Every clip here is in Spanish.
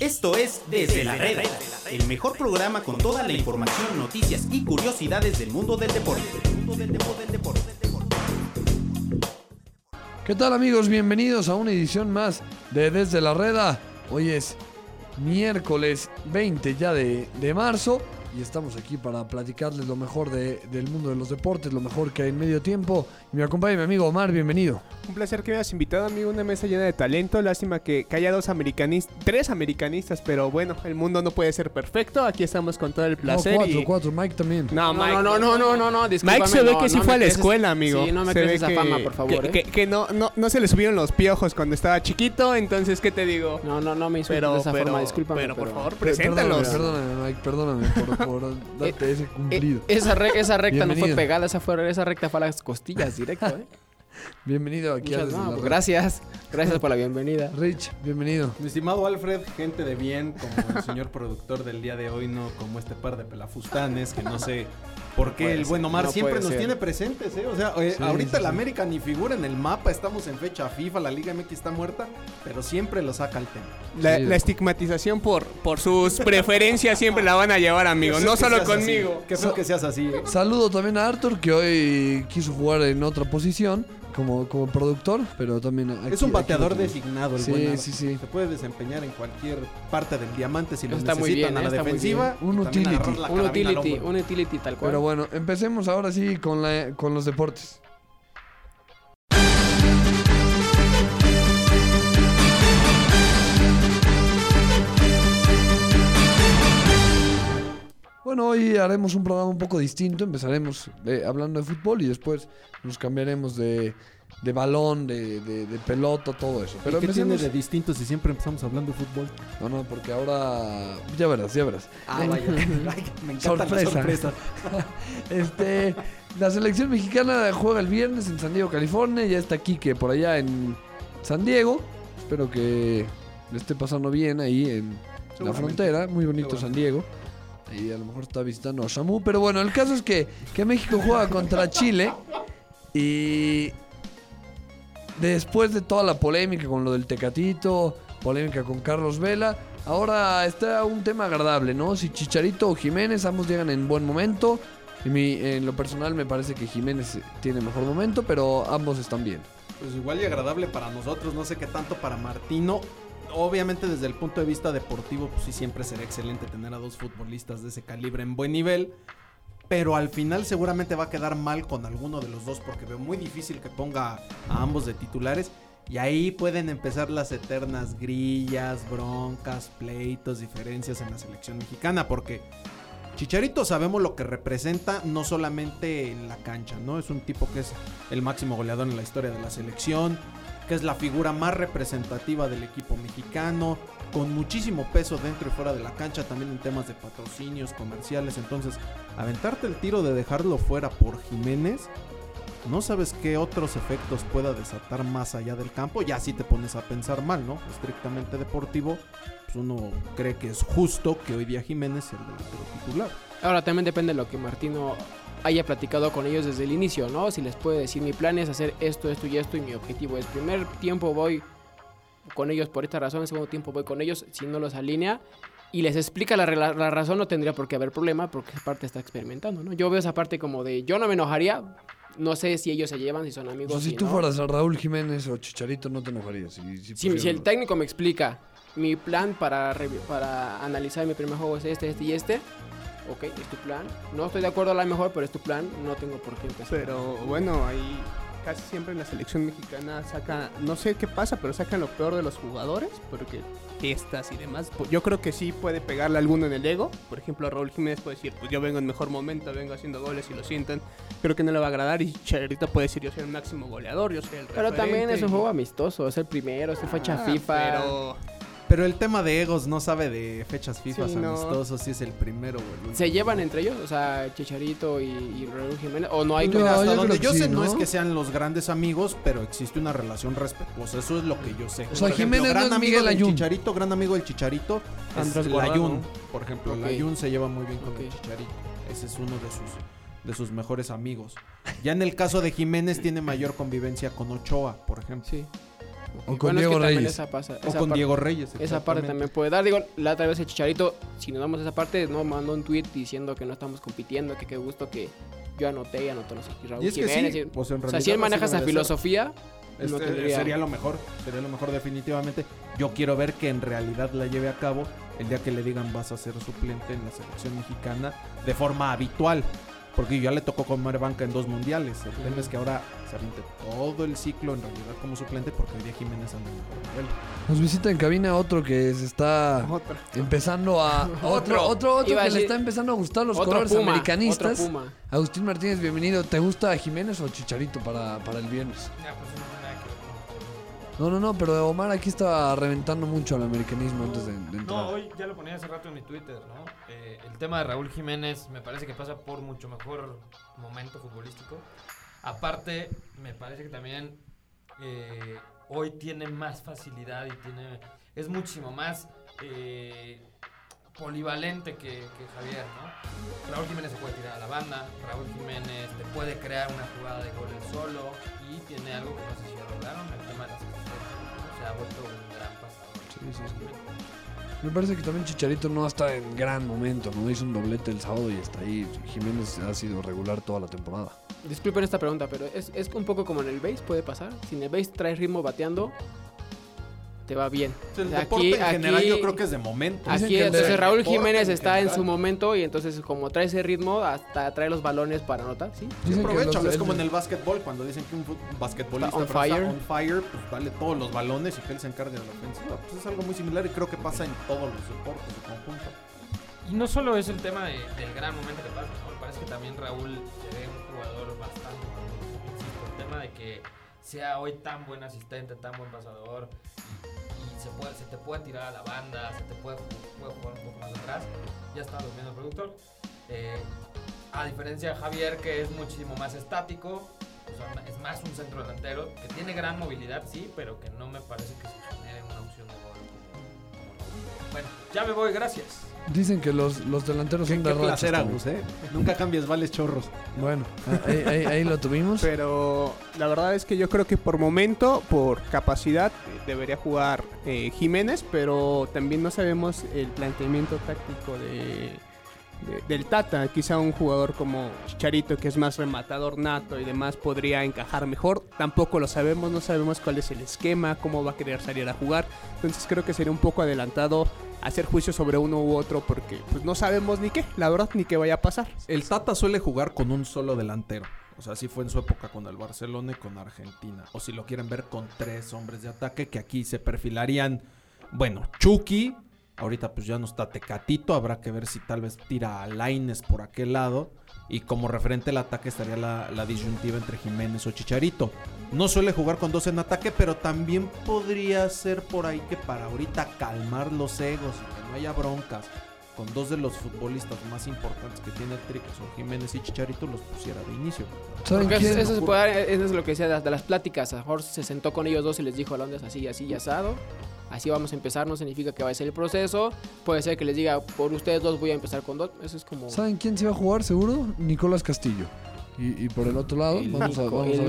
Esto es Desde la Reda, el mejor programa con toda la información, noticias y curiosidades del mundo del deporte. ¿Qué tal, amigos? Bienvenidos a una edición más de Desde la Reda. Hoy es miércoles 20 ya de marzo y estamos aquí para platicarles lo mejor del mundo de los deportes, lo mejor que hay en medio tiempo. Y me acompaña mi amigo Omar, bienvenido. Un placer que me hayas invitado, amigo, una mesa llena de talento. Lástima que haya tres americanistas, pero bueno, el mundo no puede ser perfecto. Aquí estamos con todo el placer. Cuatro, Mike también. No, discúlpame. Mike se ve que sí fue a la creces, escuela, amigo. Sí, no me se crees ve esa fama, por favor, que no se le subieron los piojos cuando estaba chiquito, entonces, ¿qué te digo? No me insultes de esa forma, discúlpame. Pero por favor, preséntalos. Perdóname, Mike, perdóname por darte ese cumplido. Esa recta no fue Bienvenido. pegada, esa recta fue a las costillas, directo, Bienvenido aquí a Desde la Reda. Gracias por la bienvenida. Rich, bienvenido. Mi estimado Alfred, gente de bien, como el señor productor del día de hoy, no como este par de pelafustanes que no sé por qué el buen Omar siempre nos tiene presentes, ¿eh? O sea, ahorita el América ni figura en el mapa, estamos en fecha FIFA, la Liga MX está muerta, pero siempre lo saca el tema. La estigmatización por sus preferencias siempre la van a llevar, amigo, no solo conmigo. Qué feo que seas así, ¿eh? Saludo también a Arthur, que hoy quiso jugar en otra posición como productor, pero también aquí, es un bateador designado el buen Arthur. Sí. Se puede desempeñar en cualquier parte del diamante si lo Está muy necesitan bien, a la está muy defensiva. bien. Un utility. Un utility tal cual. Pero bueno, empecemos ahora sí con los deportes. Bueno, hoy haremos un programa un poco distinto. Empezaremos hablando de fútbol y después nos cambiaremos de balón, de pelota, todo eso. Pero ¿Qué tiene empecemos de distinto si siempre empezamos hablando de fútbol? No, porque ahora ya verás. Ah, vaya. Me encanta la sorpresa. La selección mexicana juega el viernes en San Diego, California. Ya está Quique por allá en San Diego. Espero que le esté pasando bien ahí en la frontera. Muy bonito San Diego. Y a lo mejor está visitando a Shamu. Pero bueno, el caso es que México juega contra Chile. Y después de toda la polémica con lo del Tecatito, polémica con Carlos Vela, ahora está un tema agradable, ¿no? Si Chicharito o Jiménez, ambos llegan en buen momento. En lo personal me parece que Jiménez tiene mejor momento, pero ambos están bien. Pues igual y agradable para nosotros, no sé qué tanto para Martino. Obviamente desde el punto de vista deportivo, pues sí, siempre será excelente tener a dos futbolistas de ese calibre en buen nivel. Pero al final seguramente va a quedar mal con alguno de los dos, porque veo muy difícil que ponga a ambos de titulares. Y ahí pueden empezar las eternas grillas, broncas, pleitos, diferencias en la selección mexicana. Porque Chicharito sabemos lo que representa, no solamente en la cancha, ¿no? Es un tipo que es el máximo goleador en la historia de la selección, que es la figura más representativa del equipo mexicano, con muchísimo peso dentro y fuera de la cancha, también en temas de patrocinios, comerciales. Entonces, aventarte el tiro de dejarlo fuera por Jiménez, no sabes qué otros efectos pueda desatar más allá del campo. Ya si te pones a pensar mal, ¿no? Estrictamente deportivo, pues uno cree que es justo que hoy día Jiménez sea el delantero titular. Ahora también depende de lo que Martino haya platicado con ellos desde el inicio, ¿no? Si les puede decir, mi plan es hacer esto y esto, y mi objetivo es, primer tiempo voy con ellos por esta razón, segundo tiempo voy con ellos, si no los alinea y les explica la razón, no tendría por qué haber problema, porque esa parte está experimentando, ¿no? Yo veo esa parte como de, yo no me enojaría, no sé si ellos se llevan, si son amigos. O sea, si tú no. fueras a Raúl Jiménez o Chicharito, no te enojarías. Si el técnico me explica, mi plan para analizar mi primer juego es este y este, ok, es tu plan. No estoy de acuerdo a lo mejor, pero es tu plan. No tengo por qué empezar. Pero bueno, ahí casi siempre en la selección mexicana saca, no sé qué pasa, pero sacan lo peor de los jugadores, porque fiestas y demás. Yo creo que sí puede pegarle a alguno en el ego. Por ejemplo, Raúl Jiménez puede decir, pues yo vengo en mejor momento, vengo haciendo goles y lo sientan. Creo que no le va a agradar. Y Chicharito puede decir, yo soy el máximo goleador, yo soy el referente. Pero también es un juego amistoso, es el primero, es fecha FIFA. Pero el tema de egos no sabe de fechas FIFA Sí, no. amistosos, si es el primero o el último. ¿Se llevan entre ellos? O sea, Chicharito y Raúl Jiménez. ¿O no hay No, Mira, hasta yo donde creo que yo sí, sé, no ¿no? es que sean los grandes amigos, pero existe una relación respetuosa. Eso es lo que yo sé. O sea, Por Jiménez no gran es amigo Miguel del Ayun. Chicharito, gran amigo del Chicharito, Andrés es Guardado. Layún, por ejemplo. Ok. Layún se lleva muy bien con Ok. el Chicharito. Ese es uno de sus mejores amigos. Ya en el caso de Jiménez tiene mayor convivencia con Ochoa, por ejemplo. Sí. O con Bueno, es Diego que también Reyes. esa pasa- O esa con parte- Diego Reyes. Esa parte exactamente. también puede dar. Digo, la otra vez el Chicharito, si nos damos esa parte, no mandó un tweet diciendo que no estamos compitiendo, que qué gusto que yo anoté y anotó no sé qué, Raúl Y es que Jiménez. sí, pues en O sea, realidad si él así maneja esa debe de ser. filosofía, no tendría... Sería lo mejor definitivamente. Yo quiero ver que en realidad la lleve a cabo el día que le digan vas a ser suplente en la selección mexicana de forma habitual. Porque ya le tocó comer banca en 2 mundiales. El tema es que ahora se aviente todo el ciclo en realidad como suplente porque hoy día Jiménez anda en mejor nivel. Nos visita en cabina otro que se está Otra. empezando a... Otro Iba a que le decir- está empezando a gustar los otro colores Puma, americanistas. otro Puma. Agustín Martínez, bienvenido. ¿Te gusta Jiménez o Chicharito para el viernes? Ya, pues no tiene nada que ver con No, pero Omar aquí estaba reventando mucho al americanismo antes de entrar. No, hoy ya lo ponía hace rato en mi Twitter, ¿no? El tema de Raúl Jiménez me parece que pasa por mucho mejor momento futbolístico. Aparte, me parece que también hoy tiene más facilidad y es muchísimo más polivalente que Javier, ¿no? Raúl Jiménez se puede tirar a la banda, Raúl Jiménez te puede crear una jugada de gol él solo y tiene algo que no sé si ya lograron, el tema de las asistencias, ¿no? Se ha vuelto un gran pasador. Sí. Me parece que también Chicharito no está en gran momento, ¿no? Hizo un doblete el sábado y está ahí. Jiménez ha sido regular toda la temporada. Disculpen esta pregunta, pero es un poco como en el base, puede pasar. Si en el base traes ritmo bateando, te va bien. El O sea, deporte en general yo creo que es de momento. Dicen Aquí, que el entonces del Raúl deporte Jiménez en está en general. su momento y entonces como trae ese ritmo, hasta trae los balones para anotar, ¿sí? Dicen que Aprovechalo, los- es como en el básquetbol, cuando dicen que un basquetbolista Está on pero fire. está on fire, pues dale todos los balones y que él se encargue de la ofensiva. Pues es algo muy similar y creo que pasa en todos los deportes en conjunto. Y no solo es el tema del gran momento que pasa, ¿no? Me parece que también Raúl se ve un jugador bastante maduro. Insisto, el tema de que sea hoy tan buen asistente, tan buen pasador y se te puede tirar a la banda, se te puede jugar un poco más atrás, ya está durmiendo el productor. A diferencia de Javier, que es muchísimo más estático, o sea, es más un centro delantero, que tiene gran movilidad, sí, pero que no me parece que se genere una opción de gol como Raúl. Bueno, ya me voy, gracias. Dicen que los delanteros son de Qué rachas placer, también. Agus, ¿eh? Nunca cambies vales chorros. Bueno, ahí lo tuvimos. Pero la verdad es que yo creo que por momento, por capacidad, debería jugar Jiménez, pero también no sabemos el planteamiento táctico del Tata. Quizá un jugador como Chicharito, que es más rematador nato y demás, podría encajar mejor. Tampoco lo sabemos, no sabemos cuál es el esquema, cómo va a querer salir a jugar. Entonces creo que sería un poco adelantado hacer juicio sobre uno u otro porque pues no sabemos ni qué, la verdad, ni qué vaya a pasar. El Tata suele jugar con un solo delantero. O sea, así fue en su época con el Barcelona y con Argentina. O si lo quieren ver con 3 hombres de ataque, que aquí se perfilarían, bueno, Chucky. Ahorita pues ya no está Tecatito, habrá que ver si tal vez tira a Lainez por aquel lado. Y como referente al ataque estaría la disyuntiva entre Jiménez o Chicharito. No suele jugar con 2 en ataque, pero también podría ser por ahí que para ahorita calmar los egos y que no haya broncas, con 2 de los futbolistas más importantes que tiene el Tri, que son Jiménez y Chicharito, los pusiera de inicio. ¿Saben Porque quién? eso se puede dar, eso es lo que decía de las pláticas. A lo mejor se sentó con ellos dos y les dijo, la onda es así, así y asado. Así vamos a empezar, no significa que vaya a ser el proceso. Puede ser que les diga, por ustedes dos voy a empezar con 2. Eso es como... ¿Saben quién se va a jugar seguro? Nicolás Castillo. Y por el otro lado, vamos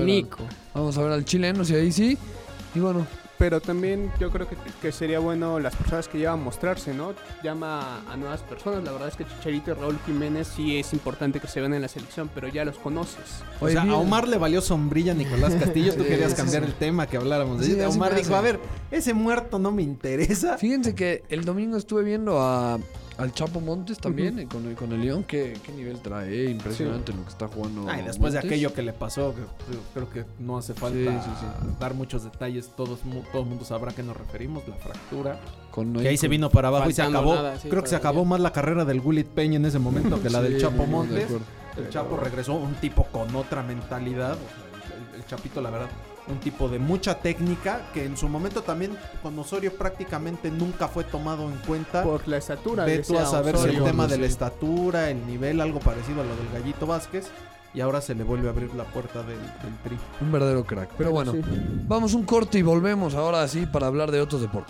a ver al chileno, si ahí sí. Y bueno, Pero también yo creo que sería bueno las personas que llevan a mostrarse, ¿no? Llama a nuevas personas. La verdad es que Chicharito y Raúl Jiménez sí es importante que se vean en la selección, pero ya los conoces. O sea, bien. a Omar le valió sombrilla a Nicolás Castillo. Tú Sí, querías sí, cambiar sí. el tema que habláramos de Sí, él. así Omar me dijo, hace. a ver, ese muerto no me interesa. Fíjense que el domingo estuve viendo al Chapo Montes también con el León. ¿Qué nivel trae? Impresionante lo que está jugando. Ay, después de Montes. aquello que le pasó, creo que no hace falta Sí. dar muchos detalles. Todo el mundo sabrá a qué nos referimos, la fractura. Que ahí con- se vino para abajo y se Faltando acabó. nada, sí, creo que se para acabó allá. más la carrera del Gullit Peña en ese momento que la del Sí, Chapo muy de Montes. acuerdo. El Chapo regresó un tipo con otra mentalidad. O sea, el Chapito, la verdad, un tipo de mucha técnica que en su momento también con Osorio prácticamente nunca fue tomado en cuenta. Por la estatura. Ve tú a decía saber si el Osorio. tema de sí. la estatura, el nivel, algo parecido a lo del Gallito Vázquez. Y ahora se le vuelve a abrir la puerta del Tri. Un verdadero crack. Pero bueno, Sí. vamos un corte y volvemos ahora sí para hablar de otros deportes.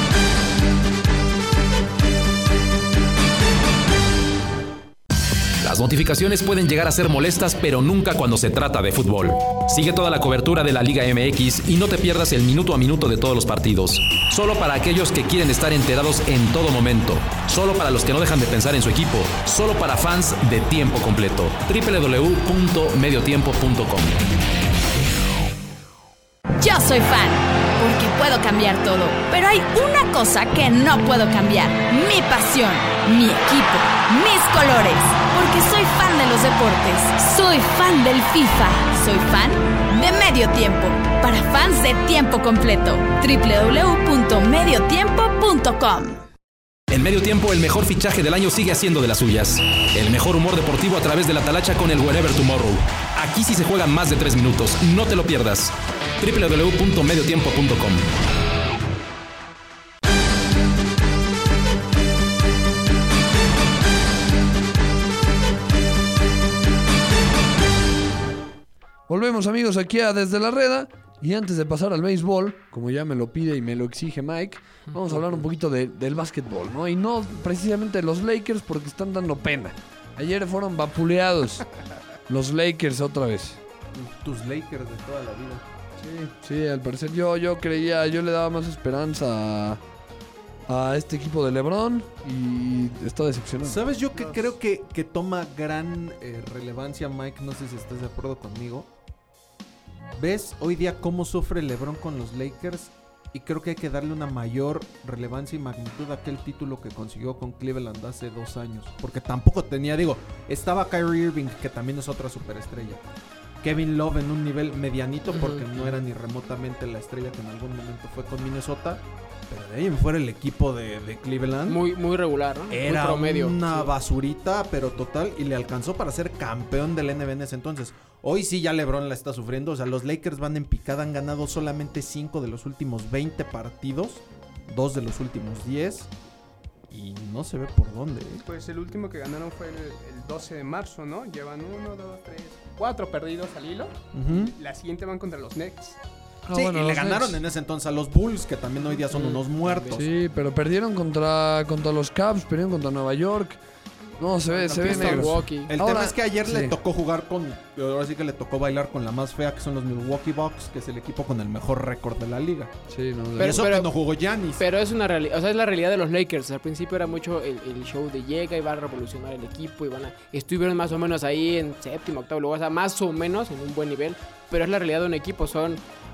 Las Las notificaciones pueden llegar a ser molestas, pero nunca cuando se trata de fútbol. Sigue toda la cobertura de la Liga MX y no te pierdas el minuto a minuto de todos los partidos. Solo para aquellos que quieren estar enterados en todo momento. Solo para los que no dejan de pensar en su equipo. Solo para fans de tiempo completo. www.mediotiempo.com. Yo soy fan, porque puedo cambiar todo. Pero hay una cosa que no puedo cambiar: mi pasión, mi equipo, mis colores. Porque soy fan de los deportes, soy fan del FIFA, soy fan de Medio Tiempo. Para fans de tiempo completo, www.mediotiempo.com. En Medio Tiempo, el mejor fichaje del año sigue haciendo de las suyas. El mejor humor deportivo a través de la talacha con el Wherever Tomorrow. Aquí sí se juegan más de 3 minutos. No te lo pierdas. www.mediotiempo.com. Volvemos, amigos, aquí a Desde la Reda. Y antes de pasar al béisbol, como ya me lo pide y me lo exige Mike, vamos a hablar un poquito del básquetbol, ¿no? Y no precisamente de los Lakers, porque están dando pena. Ayer fueron vapuleados los Lakers otra vez. Tus Lakers de toda la vida. Sí, al parecer yo le daba más esperanza a este equipo de LeBron y está decepcionado. ¿Sabes yo que creo que toma gran relevancia, Mike? No sé si estás de acuerdo conmigo. ¿Ves hoy día cómo sufre LeBron con los Lakers? Y creo que hay que darle una mayor relevancia y magnitud a aquel título que consiguió con Cleveland hace 2 años. Porque tampoco tenía, estaba Kyrie Irving, que también es otra superestrella. Kevin Love en un nivel medianito, porque no era ni remotamente la estrella que en algún momento fue con Minnesota. Pero de ahí en fuera el equipo de Cleveland Muy regular, ¿no? era muy promedio, una sí. basurita, pero total, y le alcanzó para ser campeón del NBA en ese entonces. Hoy sí ya LeBron la está sufriendo. O sea, los Lakers van en picada, han ganado solamente 5 de los últimos 20 partidos, 2 de los últimos 10, y no se ve por dónde. Pues el último que ganaron fue el 12 de marzo, ¿no? Llevan 1, 2, 3, 4 perdidos al hilo. La siguiente van contra los Nets. Sí, bueno, y le los ganaron Nets. en ese entonces a los Bulls, que también hoy día son unos muertos. Sí, pero perdieron contra los Cavs, perdieron contra Nueva York. No, se ve negro. Milwaukee. El Ahora, tema es que ayer le sí. tocó jugar ahora sí que le tocó bailar con la más fea, que son los Milwaukee Bucks, que es el equipo con el mejor récord de la liga. Sí, no, Pero eso que no jugó Giannis. Pero es una realidad, o sea, es la realidad de los Lakers. Al principio era mucho el show de llega y va a revolucionar el equipo y estuvieron más o menos ahí en séptimo, octavo lugar, o sea, más o menos en un buen nivel. Pero es la realidad de un equipo, son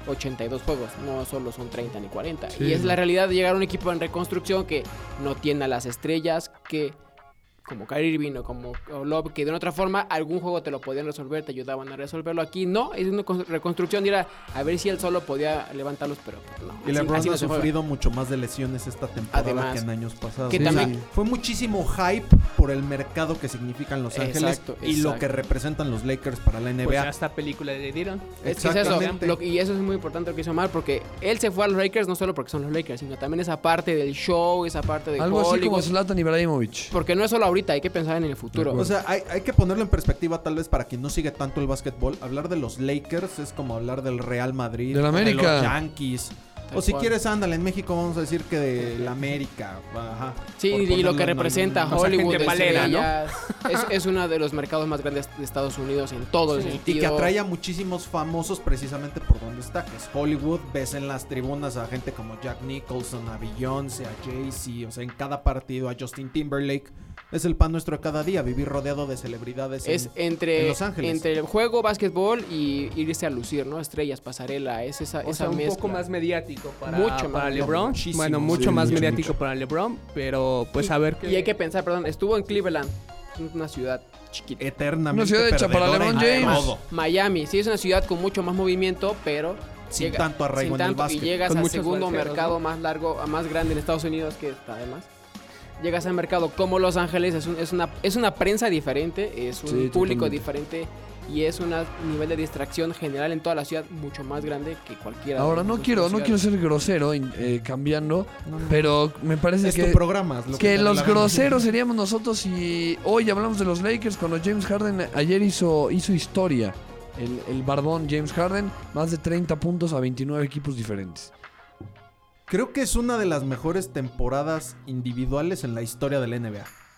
82 juegos, no solo son 30 ni 40. Sí, y es la realidad de llegar a un equipo en reconstrucción que no tiene a las estrellas, que como Kyrie Irving o como Love, que de una otra forma algún juego te lo podían resolver, te ayudaban a resolverlo. Aquí no, es una reconstrucción, era a ver si él solo podía levantarlos, pero no. Y LeBron así no ha se juega. sufrido mucho más de lesiones esta temporada Además, que en años pasados. que O sea, también- fue muchísimo hype por el mercado que significan Los Ángeles y lo que representan los Lakers para la NBA. Pues ya esta película le dieron. Es que es eso, Exactamente. y eso es muy importante lo que hizo Omar, porque él se fue a los Lakers no solo porque son los Lakers, sino también esa parte del show, esa parte de algo así como Hollywood. Zlatan Ibrahimovic. Porque no es solo ahorita, hay que pensar en el futuro. O sea, hay que ponerlo en perspectiva, tal vez para quien no sigue tanto el básquetbol. Hablar de los Lakers es como hablar del Real Madrid, Del o de América. los Yankees. Tal O si cual. quieres, ándale, en México vamos a decir que de la América. Ajá, Sí, por y lo ponerlo que en representa algún- Hollywood, gente palera, ¿no? es uno de los mercados más grandes de Estados Unidos en todo el Y sentido. que atrae a muchísimos famosos precisamente por donde está, que es Hollywood. Ves en las tribunas a gente como Jack Nicholson, a Beyoncé, a Jay-Z, o sea, en cada partido a Justin Timberlake. Es el pan nuestro de cada día, vivir rodeado de celebridades Es en entre Los Ángeles. entre el juego, básquetbol y irse a lucir, ¿no? Estrellas, pasarela, es esa O sea, un mezcla. poco más mediático para, Mucho más, para LeBron. muchísimo, Bueno, mucho sí, más mucho, mediático mucho. para LeBron, pero pues a ver qué. Y hay que pensar, perdón, estuvo en Cleveland, una ciudad chiquita. eternamente Una ciudad hecha para perdedora LeBron en James. todo, Miami, sí es una ciudad con mucho más movimiento, pero sin tanto arraigo sin en el tanto, y básquet. llegas Con al muchos segundo extranjeros, mercado ¿no? más largo, más grande en Estados Unidos, que está además. Llegas al mercado como Los Ángeles, es una prensa diferente, es un Sí, público totalmente. diferente y es un nivel de distracción general en toda la ciudad mucho más grande que cualquiera. Ahora, de no sus quiero ciudades. ser grosero cambiando, pero me parece Es tu que programa. es lo que te da los la gana. groseros seríamos nosotros si hoy hablamos de los Lakers cuando James Harden ayer hizo historia. El barbón James Harden, más de 30 puntos a 29 equipos diferentes. Creo que es una de las mejores temporadas individuales en la historia de la NBA.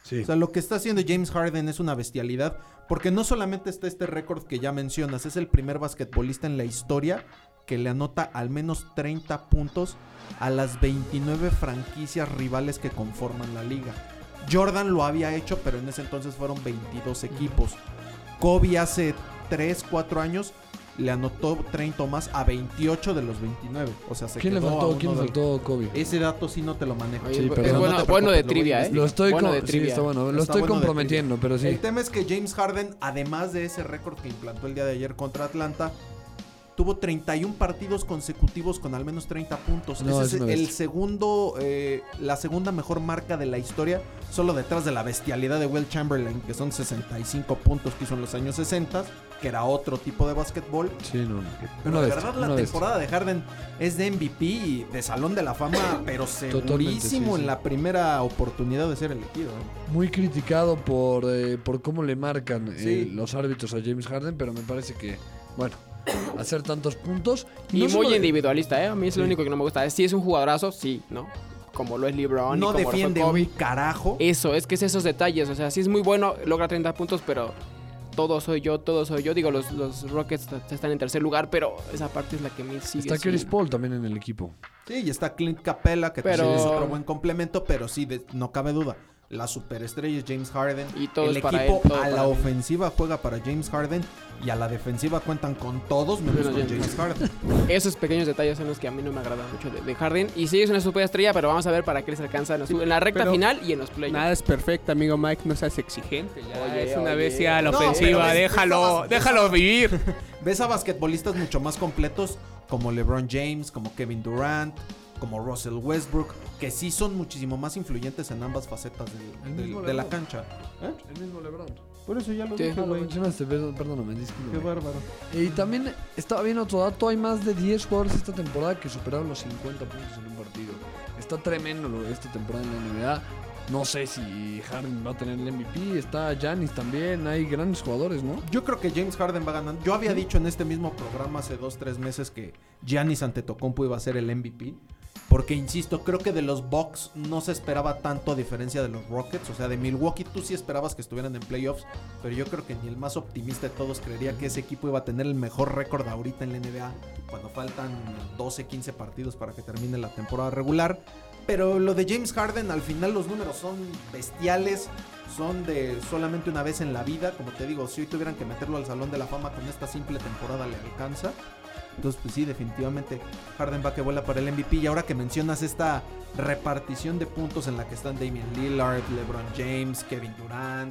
Sí. O sea, lo que está haciendo James Harden es una bestialidad, porque no solamente está este récord que ya mencionas, es el primer basquetbolista en la historia que le anota al menos 30 puntos a las 29 franquicias rivales que conforman la liga. Jordan lo había hecho, pero en ese entonces fueron 22 equipos. Kobe hace 3, 4 años le anotó 30 o más a 28 de los 29. O sea, se ¿Quién le quedó a faltó? uno ¿Quién le del- faltó Kobe? Ese dato sí no te lo manejo. Oye, Sí, es perdón. bueno, No te bueno de preocupes, trivia, ¿eh? Lo estoy bueno con- de sí, trivia. está bueno. Lo Está estoy bueno de comprometiendo, pero sí. El tema es que James Harden, además de ese récord que implantó el día de ayer contra Atlanta, tuvo 31 partidos consecutivos con al menos 30 puntos. No, Ese es es una el bestia. segundo, la segunda mejor marca de la historia, solo detrás de la bestialidad de Will Chamberlain, que son 65 puntos que hizo en los años 60, que era otro tipo de básquetbol. Sí, no. Pero Una de bestia, verdad la una bestia. temporada de Harden es de MVP y de Salón de la Fama, pero segurísimo sí, sí. en la primera oportunidad de ser elegido. Muy criticado por cómo le marcan Sí. los árbitros a James Harden, pero me parece que, bueno, hacer tantos puntos. Y no muy solo de- individualista, ¿eh? A mí es lo Sí. único que no me gusta. Sí es un jugadorazo, sí, ¿no? Como lo es LeBron No y como lo defiende fue Kobe. un carajo. Eso, es que es esos detalles. O sea, sí es muy bueno, logra 30 puntos, pero todo soy yo, todo soy yo. Digo, los Rockets están en tercer lugar, pero esa parte es la que me sigue. Está Chris sin- Paul también en el equipo. Sí, y está Clint Capella, que Pero- también es otro buen complemento, pero sí, no cabe duda. La superestrella es James Harden. Y todo el es para equipo él, todo a la para él. ofensiva juega para James Harden y a la defensiva cuentan con todos menos Menos con James. James Harden. Esos pequeños detalles son los que a mí no me agradan mucho de Harden. Y sí es una superestrella, pero vamos a ver para qué les alcanza en la recta pero final y en los playoffs. Nada es perfecto, amigo Mike, no seas exigente. Ya Oye, es una oye. bestia a la No, ofensiva, pero déjalo, déjalo vivir. Ves a basquetbolistas mucho más completos como LeBron James, como Kevin Durant, como Russell Westbrook, que sí son muchísimo más influyentes en ambas facetas El mismo de la LeBron. cancha. ¿Eh? El mismo LeBron. Por eso ya lo Sí. dije, Lo güey. mencionaste, perdóname, disculpa. Qué bárbaro. Y también estaba viendo otro dato, hay más de 10 jugadores esta temporada que superaron los 50 puntos en un partido. Está tremendo esta temporada en la NBA. No sé si Harden va a tener el MVP, está Giannis también, hay grandes jugadores, ¿no? Yo creo que James Harden va ganando. Yo había dicho en este mismo programa hace 2-3 meses que Giannis Antetokounmpo iba a ser el MVP. Porque, insisto, creo que de los Bucks no se esperaba tanto a diferencia de los Rockets. O sea, de Milwaukee tú sí esperabas que estuvieran en playoffs. Pero yo creo que ni el más optimista de todos creería que ese equipo iba a tener el mejor récord ahorita en la NBA. Cuando faltan 12, 15 partidos para que termine la temporada regular. Pero lo de James Harden, al final los números son bestiales. Son de solamente una vez en la vida. Como te digo, si hoy tuvieran que meterlo al Salón de la Fama con esta simple temporada le alcanza. Entonces, pues sí, definitivamente Harden va que vuela para el MVP. Y ahora que mencionas esta repartición de puntos en la que están Damian Lillard, LeBron James, Kevin Durant,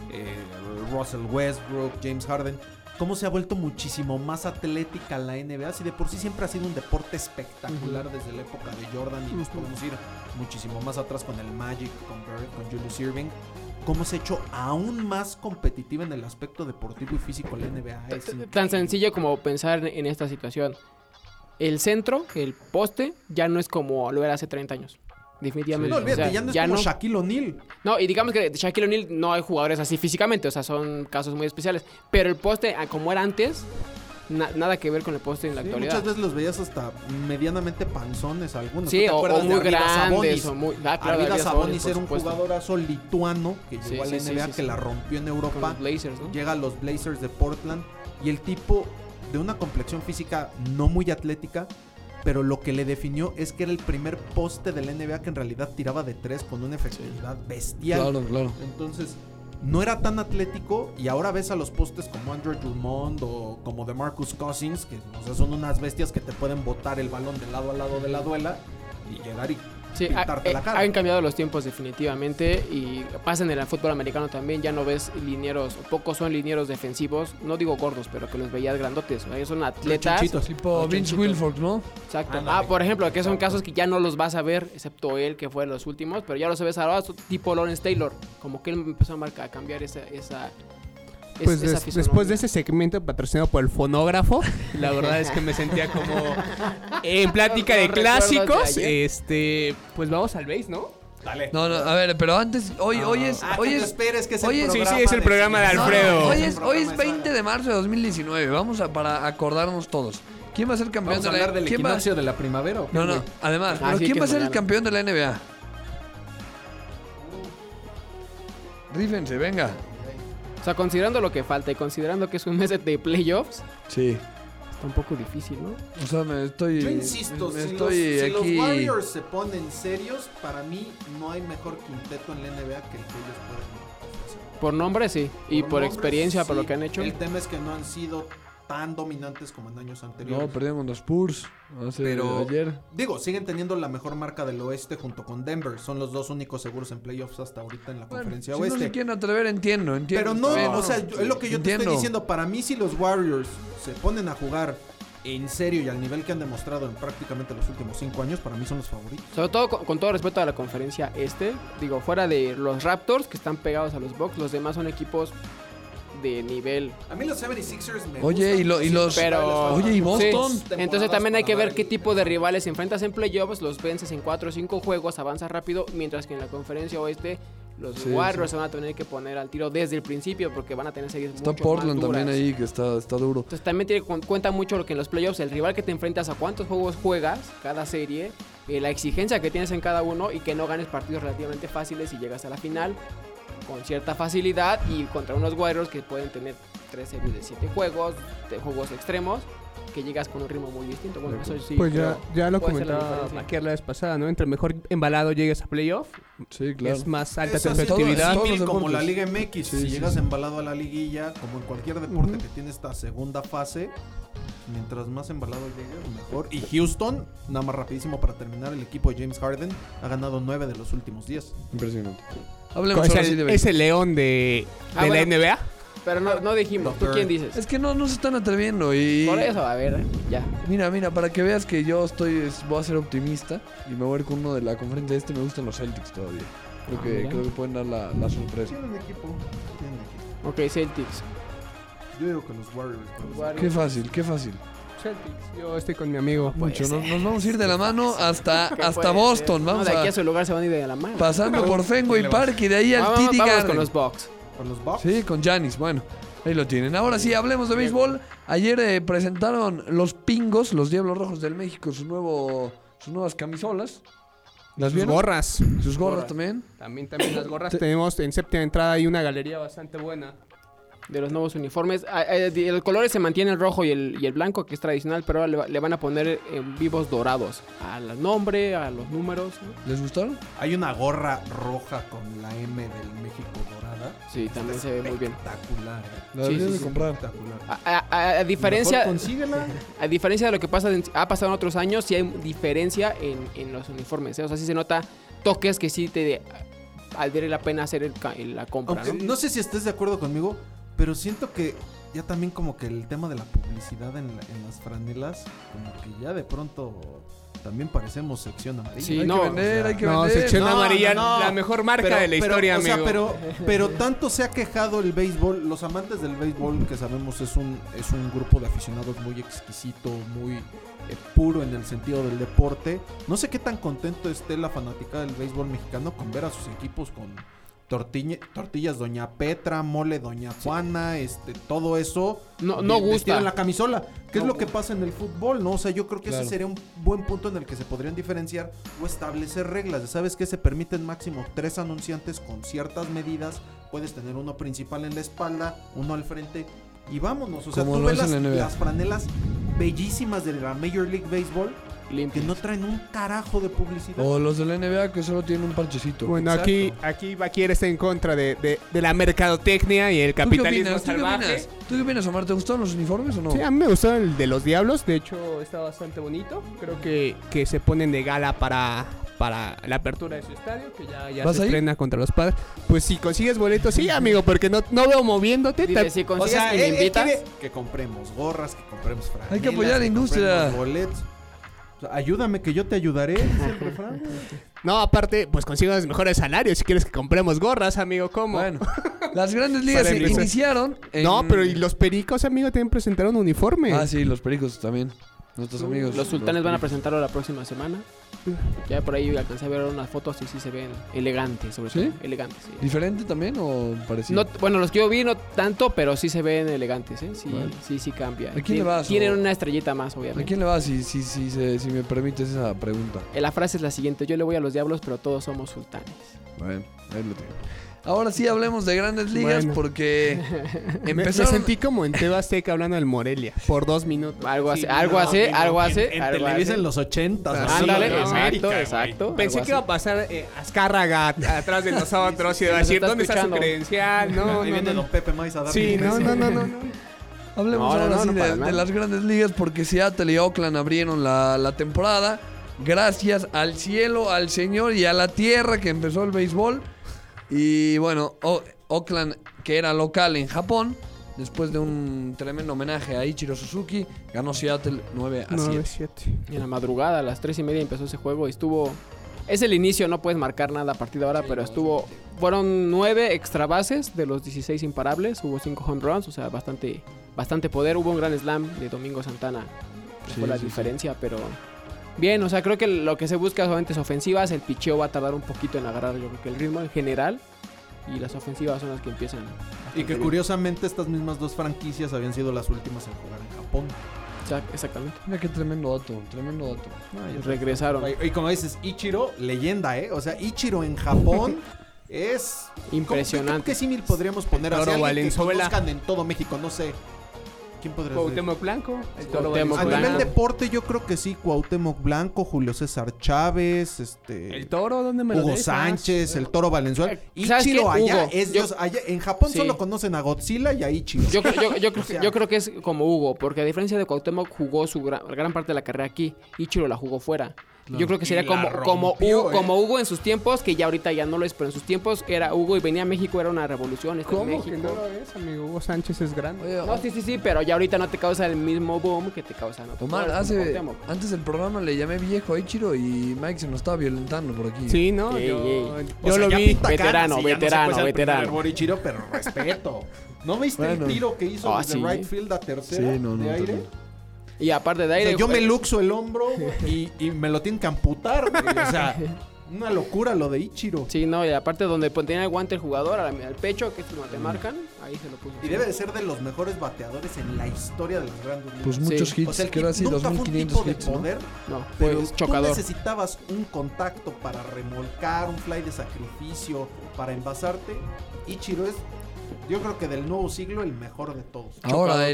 Russell Westbrook, James Harden, cómo se ha vuelto muchísimo más atlética la NBA. Si de por sí siempre ha sido un deporte espectacular desde la época de Jordan y nos podemos ir muchísimo más atrás con el Magic, con Bird, con Julius Erving. Cómo se ha hecho aún más competitiva en el aspecto deportivo y físico la NBA. Es Tan sencillo como pensar en esta situación. El centro, el poste, ya no es como lo era hace 30 años. Definitivamente. No, olvídate, O sea, ya no es como Shaquille O'Neal. No, y digamos que de Shaquille O'Neal no hay jugadores así físicamente, o sea, son casos muy especiales. Pero el poste, como era antes, nada que ver con el poste en la Sí, actualidad. muchas veces los veías hasta medianamente panzones algunos. Sí, ¿Tú te o acuerdas de muy Arvydas grandes, Sabonis? o muy... claro, Arvydas Arvydas Sabonis por era un supuesto. jugadorazo lituano que Sí, llegó a la sí, NBA, sí, que sí. la rompió en Con Europa. los Blazers, ¿no? Llega a los Blazers de Portland y el tipo de una complexión física no muy atlética, pero lo que le definió es que era el primer poste de la NBA que en realidad tiraba de 3 con una efectividad bestial. Claro. Entonces, no era tan atlético y ahora ves a los postes como Andrew Drummond o como DeMarcus Cousins, que o sea, son unas bestias que te pueden botar el balón de lado a lado de la duela y llegar y Sí, pintarte la cara. han cambiado los tiempos definitivamente y pasa en el fútbol americano también, ya no ves linieros, pocos son linieros defensivos, no digo gordos, pero que los veías grandotes, ellos son atletas. Chonchitos. Tipo Vince Chonchitos. Wilfork, ¿no? Exacto. Ándale. Por ejemplo, que son casos que ya no los vas a ver, excepto él, que fue los últimos, pero ya los ves ahora, tipo Lawrence Taylor, como que él empezó a cambiar esa Pues esa después fisonomía. de ese segmento patrocinado por el fonógrafo, la verdad es que me sentía como en plática de Los recuerdos de clásicos. ayer. Pues vamos al base, ¿no? Dale. No, a ver, pero antes, hoy es... que te esperes, que es hoy el es- Sí, programa sí, es el programa de Alfredo. No, hoy El es programa 20 de marzo de 2019. Vamos para acordarnos todos. ¿Quién va a ser campeón Vamos a de la hablar del ¿quién va- equinoccio de la primavera. ¿o qué, No, güey? además, Ah, pero sí, ¿quién que va a ser el mañana. campeón de la NBA? Rífense, venga. O sea, considerando lo que falta y considerando que es un mes de playoffs, Sí. está un poco difícil, ¿no? O sea, Yo insisto, me si estoy los aquí. Warriors se ponen serios, para mí no hay mejor quinteto en la NBA que el que ellos pueden ofrecer. Por nombre, sí. Y por nombres, experiencia, por sí. lo que han hecho. El tema es que no han sido tan dominantes como en años anteriores. No, perdimos los Spurs Pero ayer. digo, siguen teniendo la mejor marca del oeste junto con Denver. Son los dos únicos seguros en playoffs hasta ahorita en la conferencia Si no oeste. se quieren atrever, entiendo. Pero no, está bien. o sea, es lo que yo te Entiendo. estoy diciendo. Para mí, si los Warriors se ponen a jugar en serio y al nivel que han demostrado en prácticamente los últimos 5 años, para mí son los favoritos. Sobre todo con todo respeto a la conferencia digo, fuera de los Raptors que están pegados a los Bucks, los demás son equipos de nivel. A mí los 76ers me Oye, gustan, y los- Pero, Oye, ¿y Boston? sí. Entonces también hay que ver qué tipo de rivales enfrentas en playoffs, los vences en 4 o 5 juegos, avanzas rápido, mientras que en la conferencia oeste los Sí, Warriors se van a tener que poner al tiro desde el principio porque van a tener series Está mucho Portland más duras. también ahí, que está duro. Entonces también cuenta mucho lo que en los playoffs, el rival que te enfrentas, a cuántos juegos juegas cada serie, la exigencia que tienes en cada uno y que no ganes partidos relativamente fáciles y llegas a la final con cierta facilidad y contra unos Warriors que pueden tener 3 series de 7 juegos, de juegos extremos, que llegas con un ritmo muy distinto. Bueno, eso sí. Pues creo ya lo puede ser la comentaba diferencia. aquí la vez pasada, ¿no? Entre mejor embalado llegues a playoff, Sí, claro. es más alta Es tu así, efectividad. todos símil los como deportes. la Liga MX. Sí, si sí, llegas sí. embalado a la liguilla, como en cualquier deporte que tiene esta segunda fase, mientras más embalado llegues, mejor. Y Houston, nada más rapidísimo para terminar, el equipo de James Harden ha ganado 9 de los últimos 10. Impresionante. Hablemos Es ahora sí de el, béisbol. es el león de la bueno. NBA. Pero no dijimos, ¿tú quién dices? Es que no se están atreviendo y... Por eso, a ver, ya. Mira, para que veas que yo voy a ser optimista y me voy a ir con uno de la conferencia me gustan los Celtics todavía. Mira. Creo que pueden dar la sorpresa. Tienen equipo. Ok, Celtics. Yo digo que los Warriors. Qué fácil. Celtics, yo estoy con mi amigo. Mucho, nos vamos a ir de la mano hasta puede Boston. ser. Vamos No, de aquí a a su lugar se van a ir de la mano. pasando por Fenway Park y de ahí al TD Vamos Garden. con los Bucks. ¿Con los Bucks? Sí, con Giannis. Bueno, ahí lo tienen. Ahora sí, hablemos de béisbol. Ayer presentaron los Pingos, los Diablos Rojos del México, sus nuevas camisolas. ¿Las Sus vieron? gorras. Sus gorras también. También las gorras. Tenemos en séptima entrada hay una galería bastante buena. De los nuevos uniformes. Los colores se mantiene el rojo y el blanco, que es tradicional, pero ahora le van a poner vivos dorados al nombre, a los números, ¿no? ¿Les gustaron? Hay una gorra roja con la M del México dorada. Sí, también se ve muy bien. Espectacular. La Sí, deberían sí, de sí. comprar. Espectacular. A diferencia, Mejor consíguela. a diferencia de lo que ha pasado en otros años, sí hay diferencia en los uniformes, ¿eh? O sea, sí se nota toques que sí te valdría la pena hacer la compra, Aunque ¿no? no sé si estés de acuerdo conmigo, pero siento que ya también como que el tema de la publicidad en las franelas, como que ya de pronto también parecemos sección amarilla. Sí, Hay no, que vender, hay que No, vender. sección No, amarilla, no, no. la mejor marca Pero- de la historia, o sea, amigo. pero tanto se ha quejado el béisbol, los amantes del béisbol, que sabemos es un grupo de aficionados muy exquisito, muy puro en el sentido del deporte. No sé qué tan contento esté la fanaticada del béisbol mexicano con ver a sus equipos con tortillas Doña Petra, mole Doña Juana, todo eso. No vestido gusta. en la camisola. ¿Qué es lo que pasa en el fútbol, no? O sea, yo creo que Claro. ese sería un buen punto en el que se podrían diferenciar o establecer reglas. ¿Sabes qué? Se permiten máximo 3 anunciantes con ciertas medidas. Puedes tener uno principal en la espalda, uno al frente y vámonos. O sea, Como tú lo ves es en la NBA. las franelas bellísimas de la Major League Baseball que Limpios. no traen un carajo de publicidad. O los de la NBA que solo tienen un parchecito. Bueno, Exacto. aquí Baquier está en contra de la mercadotecnia y el ¿Tú qué capitalismo opinas? salvaje. ¿Tú qué opinas, Omar? ¿Te gustaron los uniformes o no? Sí, a mí me gustó el de los Diablos. De hecho, está bastante bonito. Creo que se ponen de gala para la apertura de su estadio, que ya ¿Vas se ahí? estrena contra los Padres. Pues si consigues boletos, sí, amigo, porque no veo moviéndote. Dice, si O consigues sea, y me él invitas. quiere que compremos gorras, que compremos franelas, Hay que apoyar a la industria. compremos boletos. O sea, ayúdame que yo te ayudaré. Siempre, Fran. No, aparte, pues consigues mejores salarios si quieres que compremos gorras, amigo. ¿Cómo? Bueno, las grandes ligas Para empezar. iniciaron. No, pero y los Pericos, amigo, también presentaron uniforme. Ah, sí, los pericos también. Nuestros amigos. Los sultanes van a pericos. presentarlo la próxima semana. Ya por ahí alcancé a ver unas fotos y sí se ven elegantes, sobre ¿Sí? todo. Elegantes, sí. ¿Diferente también o parecido? No, bueno, los que yo vi no tanto, pero sí se ven elegantes, ¿eh? Sí, Bueno. sí cambia. ¿A quién le vas, Tienen o- una estrellita más, ¿A obviamente. quién le vas si me permites esa pregunta? La frase es la siguiente: yo le voy a los Diablos, pero todos somos sultanes. Bueno, ahí lo tengo. Ahora sí hablemos de Grandes Ligas Bueno. porque Me empezaron... sentí como en TV Azteca hablando del Morelia por 2 minutos. Algo así, Sí, algo así, algo así. En algo Televisa así. en los 80s. Ándale, Sí, exacto, América, güey. exacto. Pensé algo que iba a así. pasar Azcárraga atrás de nosotros y iba a nos decir, está ¿dónde está su escuchando. credencial? No, Ahí no, viene no. Don Pepe Maiz a dar Sí, no. Hablemos No, ahora no, sí no, para de nada. las Grandes Ligas porque Seattle y Oakland abrieron la temporada. Gracias al cielo, al Señor y a la tierra que empezó el béisbol. Y bueno, Oakland, que era local en Japón, después de un tremendo homenaje a Ichiro Suzuki, ganó Seattle 9-7. 9-7. En la madrugada, a las 3:30 empezó ese juego y estuvo... Es el inicio, no puedes marcar nada a partir de ahora, pero estuvo... Fueron 9 extra bases de los 16 imparables, hubo 5 home runs, o sea, bastante poder. Hubo un gran slam de Domingo Santana, que Sí, fue la sí, diferencia, pero... Bien, o sea, creo que lo que se busca solamente es ofensivas, el picheo va a tardar un poquito en agarrar, yo creo que el ritmo en general, y las ofensivas son las que empiezan. Y bastante que bien. curiosamente estas mismas dos franquicias habían sido las últimas en jugar en Japón. Exactamente. Mira qué tremendo dato. Regresaron. Y como dices, Ichiro, leyenda, ¿eh? O sea, Ichiro en Japón es... Impresionante. ¿Qué símil podríamos poner? Toro Así, alguien que Valenzuela. conozcan en todo México, no sé. ¿Quién podría ser? Cuauhtémoc Blanco, el Toro Cuauhtémoc A Valenzuela. nivel Blanco. deporte yo creo que sí, Cuauhtémoc Blanco, Julio César Chávez, El Toro, ¿dónde me lo Hugo dejas? Sánchez, el Toro Valenzuela. ¿Sabes Ichiro qué? allá Hugo. es Yo- Dios. Allá, en Japón Sí. solo conocen a Godzilla y a Ichiro. Yo creo que es como Hugo, porque a diferencia de Cuauhtémoc jugó su gran parte de la carrera aquí, Ichiro la jugó fuera. Yo creo que sería Y la rompió, como Hugo en sus tiempos, que ya ahorita ya no lo es, pero en sus tiempos era Hugo y venía a México, era una revolución. Esto es ¿Cómo México. que no lo es, amigo? Hugo Sánchez es grande. Oye, No, sí, pero ya ahorita no te causa el mismo boom que te causa en otros Omar, jugadores como Cuauhtémoc. antes del programa le llamé viejo a Ichiro y Mike se nos estaba violentando por aquí. Sí, ¿no? Ey, yo ey. yo lo vi. Veterano, veterano. Por Ichiro, pero respeto. ¿No viste Bueno. el tiro que hizo Ah, desde sí. right field a tercera Sí, no, de aire? también. Y aparte de O aire, sea, yo me luxo el hombro y me lo tienen que amputar, güey. O sea, una locura lo de Ichiro. Sí, no, y aparte donde tenía el guante el jugador al pecho, que es donde te marcan, ahí se lo puso. Y debe de ser de los mejores bateadores en la historia de las grandes ligas. Pues muchos Sí. hits, O sea, el que era así, nunca fue un 2500 tipo de hits, ¿no? poder, No, pero pues tú chocador. necesitabas un contacto para remolcar, un fly de sacrificio, para envasarte. Ichiro es, yo creo que del nuevo siglo, el mejor de todos. Ahora, Chocado,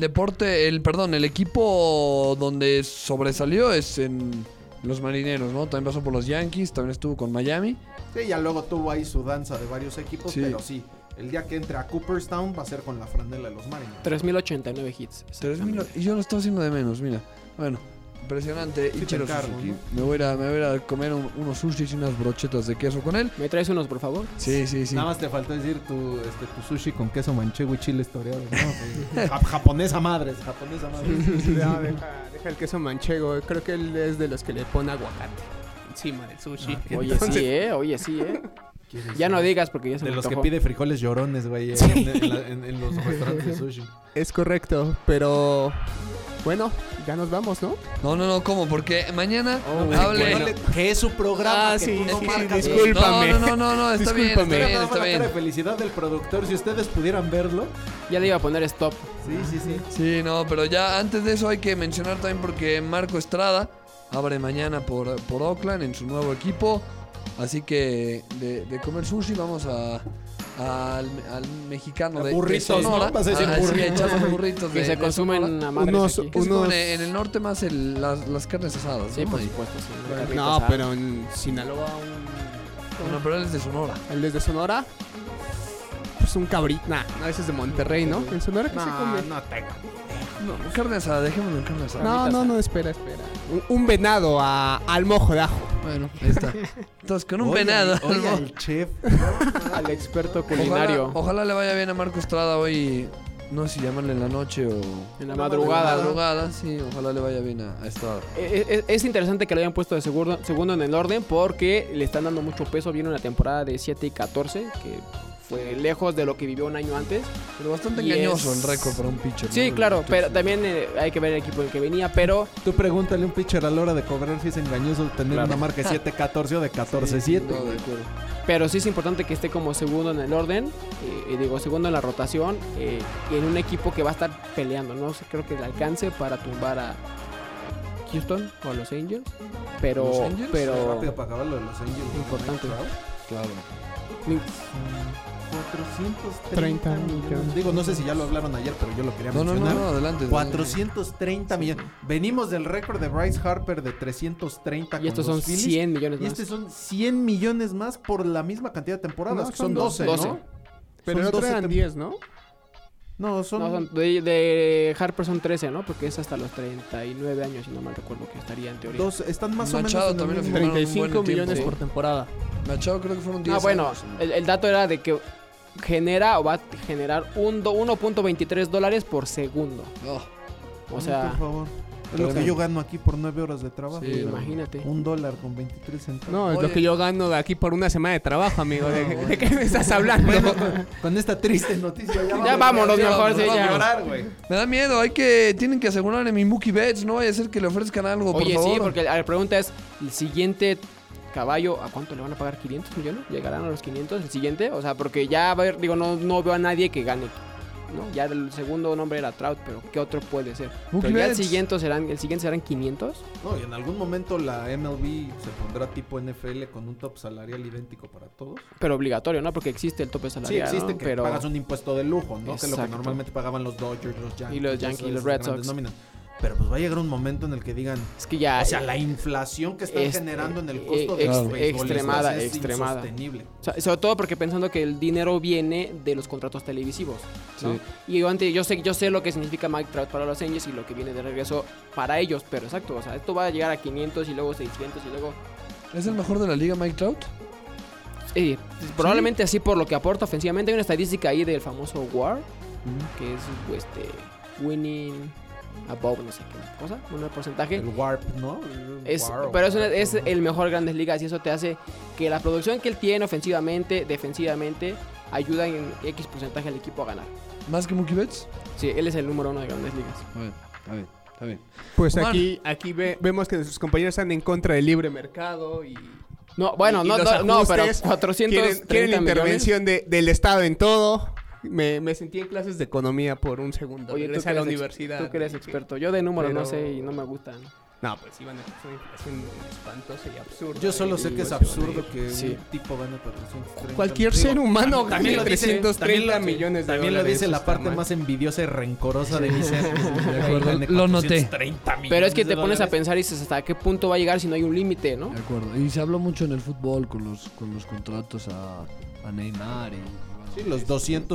el equipo donde sobresalió es en los Marineros, ¿no? También pasó por los Yankees, también estuvo con Miami. Sí, ya luego tuvo ahí su danza de varios equipos, Sí. pero sí, el día que entre a Cooperstown va a ser con la franela de los Marineros. 3089 hits. 3000, y yo lo estaba haciendo de menos, mira. Bueno, impresionante. Sí te Ichiro encargo, Suzuki. ¿no? Me voy a ir a comer unos sushis y unas brochetas de queso con él. ¿Me traes unos, por favor? Sí. Nada más te faltó decir tu sushi con queso manchego y chile toreados, ¿no? Japonesa madres. No, deja el queso manchego. Creo que él es de los que le pone aguacate encima del sushi. Oye, Entonces, sí. Ya no digas porque ya se De me los que antojó. pide frijoles llorones, güey, en los restaurantes de sushi. es correcto, pero bueno, ya nos vamos, ¿no? No, ¿cómo? Porque mañana Oh, hable... bueno. Que es su programa, Ah, que sí, tú no sí, marcas. discúlpame. No, está bien, Discúlpame. está bien, Mira, está la cara de bien. felicidad del productor, si ustedes pudieran verlo. Ya le iba a poner stop. Sí. Sí, no, pero ya antes de eso hay que mencionar también porque Marco Estrada abre mañana por Oakland en su nuevo equipo. Así que de comer sushi vamos al mexicano A de burritos, Sonora. ¿no? Vas a decir Sí, burritos. echar los burritos Que de se Sonora. consumen a madres Unos- aquí. Que se comen unos- en el norte más las carnes asadas. Sí, ¿no? por Ahí. supuesto. Sí, una carnita No, asada. pero en Sinaloa, Bueno, pero él es de Sonora. el desde Sonora, pues un cabrito. Nah, no, ese es de Monterrey, ¿no? En Sonora que se come. no tengo. No, carne asada, dejémoslo en carne asada. No, espera. Un venado al mojo de ajo. Bueno, ahí está. Entonces, con un Oye, venado. Oye, el chef. Al experto culinario. Ojalá le vaya bien a Marco Estrada hoy. No sé si llamarle en la noche o... En la En madrugada. la madrugada, sí. Ojalá le vaya bien a Estrada. Es interesante que lo hayan puesto de segundo en el orden porque le están dando mucho peso. Viene una temporada de 7 y 14 que fue lejos de lo que vivió un año antes. Pero bastante Y engañoso es- el récord para un pitcher. ¿no? Sí, claro, pero también hay que ver el equipo en el que venía, pero Tú pregúntale a un pitcher a la hora de cobrar si es engañoso tener Claro. una marca de 7-14 o de 14-7. No, de acuerdo. Pero sí es importante que esté como segundo en el orden, segundo en la rotación, y en un equipo que va a estar peleando. No sé, creo que le alcance para tumbar a Houston o a los Angels, pero, ¿Los Angels? pero Rápido para acabar lo de los Angels. Importante. Claro. 430 millones. Digo, no sé si ya lo hablaron ayer, pero yo lo quería mencionar. No, adelante. 430 millones. Venimos del récord de Bryce Harper de 330 Y estos son 100 millones y más. estos son 100 millones más por la misma cantidad de temporadas, No, que son 12, 12. ¿no? Pero el Son otro eran 12 10, ¿no? No, son... de Harper son 13, ¿no? Porque es hasta los 39 años, si no mal recuerdo, que estaría en teoría. 12, están más Machado o menos en también el lo mismo- firmó. 35 buen millones tiempo. por temporada. Machado creo que fueron 10 bueno, años. el dato era de que genera o va a generar $1.23 por segundo. Oh, O sea, por favor. Es lo que yo gano aquí por 9 horas de trabajo. Sí, imagínate. $1 con 23 centavos. No, es Oye. lo que yo gano aquí por una semana de trabajo, amigo. ¿De qué me estás hablando? Bueno, con esta triste noticia Ya vámonos mejor, sí, vamos ya. a llorar, güey. me da miedo, tienen que asegurar en mi Mookie Betts, no vaya a ser que le ofrezcan algo, Oye, por favor. sí, porque la pregunta es, el siguiente caballo, ¿a cuánto le van a pagar? ¿500 millones? ¿Llegarán a los 500 el siguiente? O sea, porque ya, va a haber, digo, no veo a nadie que gane, ¿no? Ya el segundo nombre era Trout, pero ¿qué otro puede ser? Mookie Pero ya el Betts. siguiente serán 500. No, y en algún momento la MLB se pondrá tipo NFL con un top salarial idéntico para todos. Pero obligatorio, ¿no? Porque existe el tope Sí, salarial, existe ¿no? que Pero pagas un impuesto de lujo, ¿no? Que es lo que Exacto. normalmente pagaban los Dodgers, los Yankees. Y los todas Yankees, los esas Red grandes Sox. nóminas. Pero pues va a llegar un momento en el que digan, es que ya... o sea, la inflación que están generando en el costo de los beisbolistas extremada, es extremada. insostenible. O sea, sobre todo porque pensando que el dinero viene de los contratos televisivos, ¿no? Sí. Y yo sé lo que significa Mike Trout para los Angels y lo que viene de regreso para ellos, pero exacto, o sea, esto va a llegar a 500 y luego 600 y luego... ¿Es el mejor de la liga Mike Trout? Probablemente así por lo que aporta ofensivamente. Hay una estadística ahí del famoso WAR, que es winning above, no sé qué cosa, un porcentaje. El Warp, ¿no? Pero es el mejor de Grandes Ligas y eso te hace que la producción que él tiene ofensivamente, defensivamente, ayuda en X porcentaje al equipo a ganar. ¿Más que Mookie Betts? Sí, él es el número 1 de Grandes Ligas. Está bien. Pues Omar. aquí vemos que nuestros compañeros están en contra del libre mercado y... No, bueno, y no, los no, pero ajustes, 430 quieren la millones. intervención del Estado en todo. Me sentí en clases de economía por un segundo. Oye, tú Regresé que a la eres universidad. Tú que eres experto. Yo de números no Pero- sé y no me gustan. No, pues iban a hacer una inflación espantosa y absurda. Yo solo sé que es absurdo que Sí. un tipo gane 430. Cualquier Digo, ser humano también gane lo dice- 330 millones de También lo dólares. dice la Está parte mal. más envidiosa y rencorosa de mi ser. De acuerdo, lo noté. Pero es que te pones a pensar y dices hasta qué punto va a llegar si no hay un límite, ¿no? De acuerdo. Y se habló mucho en el fútbol con los contratos a Neymar y... Sí, los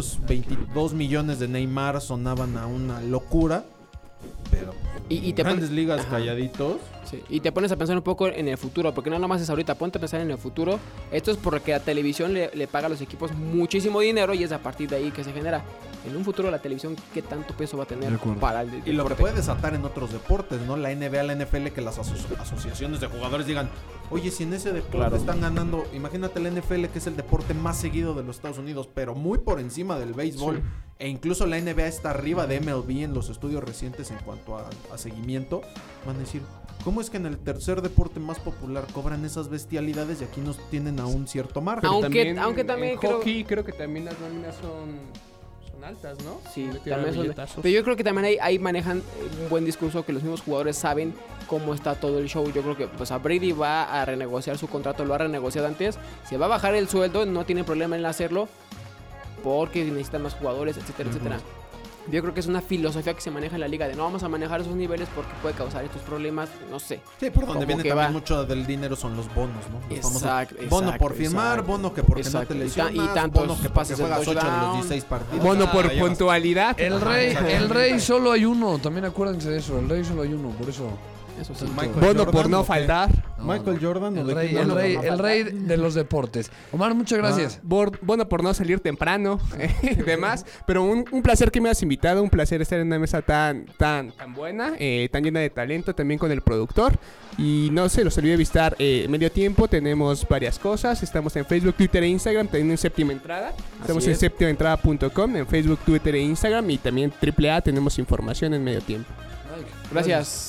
222 millones de Neymar sonaban a una locura. Pero Y te grandes pon- ligas Ajá. calladitos. Sí, y te pones a pensar un poco en el futuro, porque no nomás es ahorita, ponte a pensar en el futuro. Esto es porque la televisión le paga a los equipos muchísimo dinero y es a partir de ahí que se genera. En un futuro la televisión, ¿qué tanto peso va a tener De acuerdo. para el Y lo que deporte? puede desatar en otros deportes, ¿no? La NBA, la NFL, que las asociaciones de jugadores digan, oye, si en ese deporte Claro. están ganando, imagínate la NFL, que es el deporte más seguido de los Estados Unidos, pero muy por encima del béisbol. Sí. E incluso la NBA está arriba de MLB en los estudios recientes en cuanto a seguimiento. Van a decir, ¿cómo es que en el tercer deporte más popular cobran esas bestialidades y aquí nos tienen a un cierto margen? Aunque también en creo- hockey creo que también las nóminas son altas, ¿no? Sí, Le tiran también son- billetazos. pero yo creo que también ahí manejan un buen discurso que los mismos jugadores saben cómo está todo el show. Yo creo que pues a Brady va a renegociar su contrato, lo ha renegociado antes, se va a bajar el sueldo, no tiene problema en hacerlo porque necesitan más jugadores, etcétera, etcétera. Yo creo que es una filosofía que se maneja en la liga de no vamos a manejar esos niveles porque puede causar estos problemas, no sé. Sí, por donde Como viene que también va. mucho del dinero son los bonos, ¿no? Los famosos Exacto, bono por firmar, exacto. bono que porque Exacto. no te Y ta- lesionas, y tantos bono que porque pases de juegas 8 de los touchdown. 16 partidos. Bono por Ah, llevas- puntualidad. El rey solo hay uno, también acuérdense de eso, el rey solo hay uno, por eso... Eso sí. Michael Bono Jordan, por no ¿o qué? faltar. Michael Jordan, ¿o El de rey, quién el hablas? rey, el rey de los deportes. Omar, muchas gracias. Bono por no salir temprano y demás. Pero un placer que me has invitado. Un placer estar en una mesa tan buena, tan llena de talento, también con el productor. Y no sé, los olvidé visitar Medio Tiempo. Tenemos varias cosas. Estamos en Facebook, Twitter e Instagram. También en Séptima Entrada. Estamos Así en es. septimaentrada.com. En Facebook, Twitter e Instagram. Y también AAA. Tenemos información en Medio Tiempo. Gracias.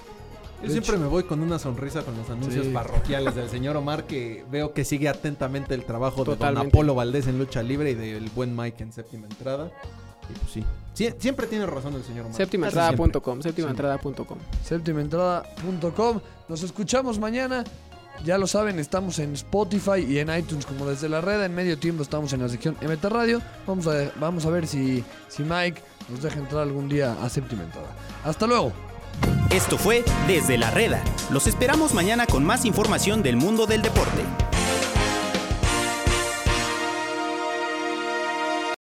Yo siempre me voy con una sonrisa con los anuncios Sí. parroquiales del señor Omar, que veo que sigue atentamente el trabajo de don Totalmente. Apolo Valdés en lucha libre y del buen Mike en Séptima Entrada. Y pues sí, siempre tiene razón el señor Omar. Septimaentrada.com, septimaentrada.com. Septimaentrada.com. Nos escuchamos mañana. Ya lo saben, estamos en Spotify y en iTunes como Desde la Reda. En medio tiempo estamos en la sección MT Radio. Vamos a ver si Mike nos deja entrar algún día a séptima entrada. Hasta luego. Esto fue Desde la Reda. Los esperamos mañana con más información del mundo del deporte.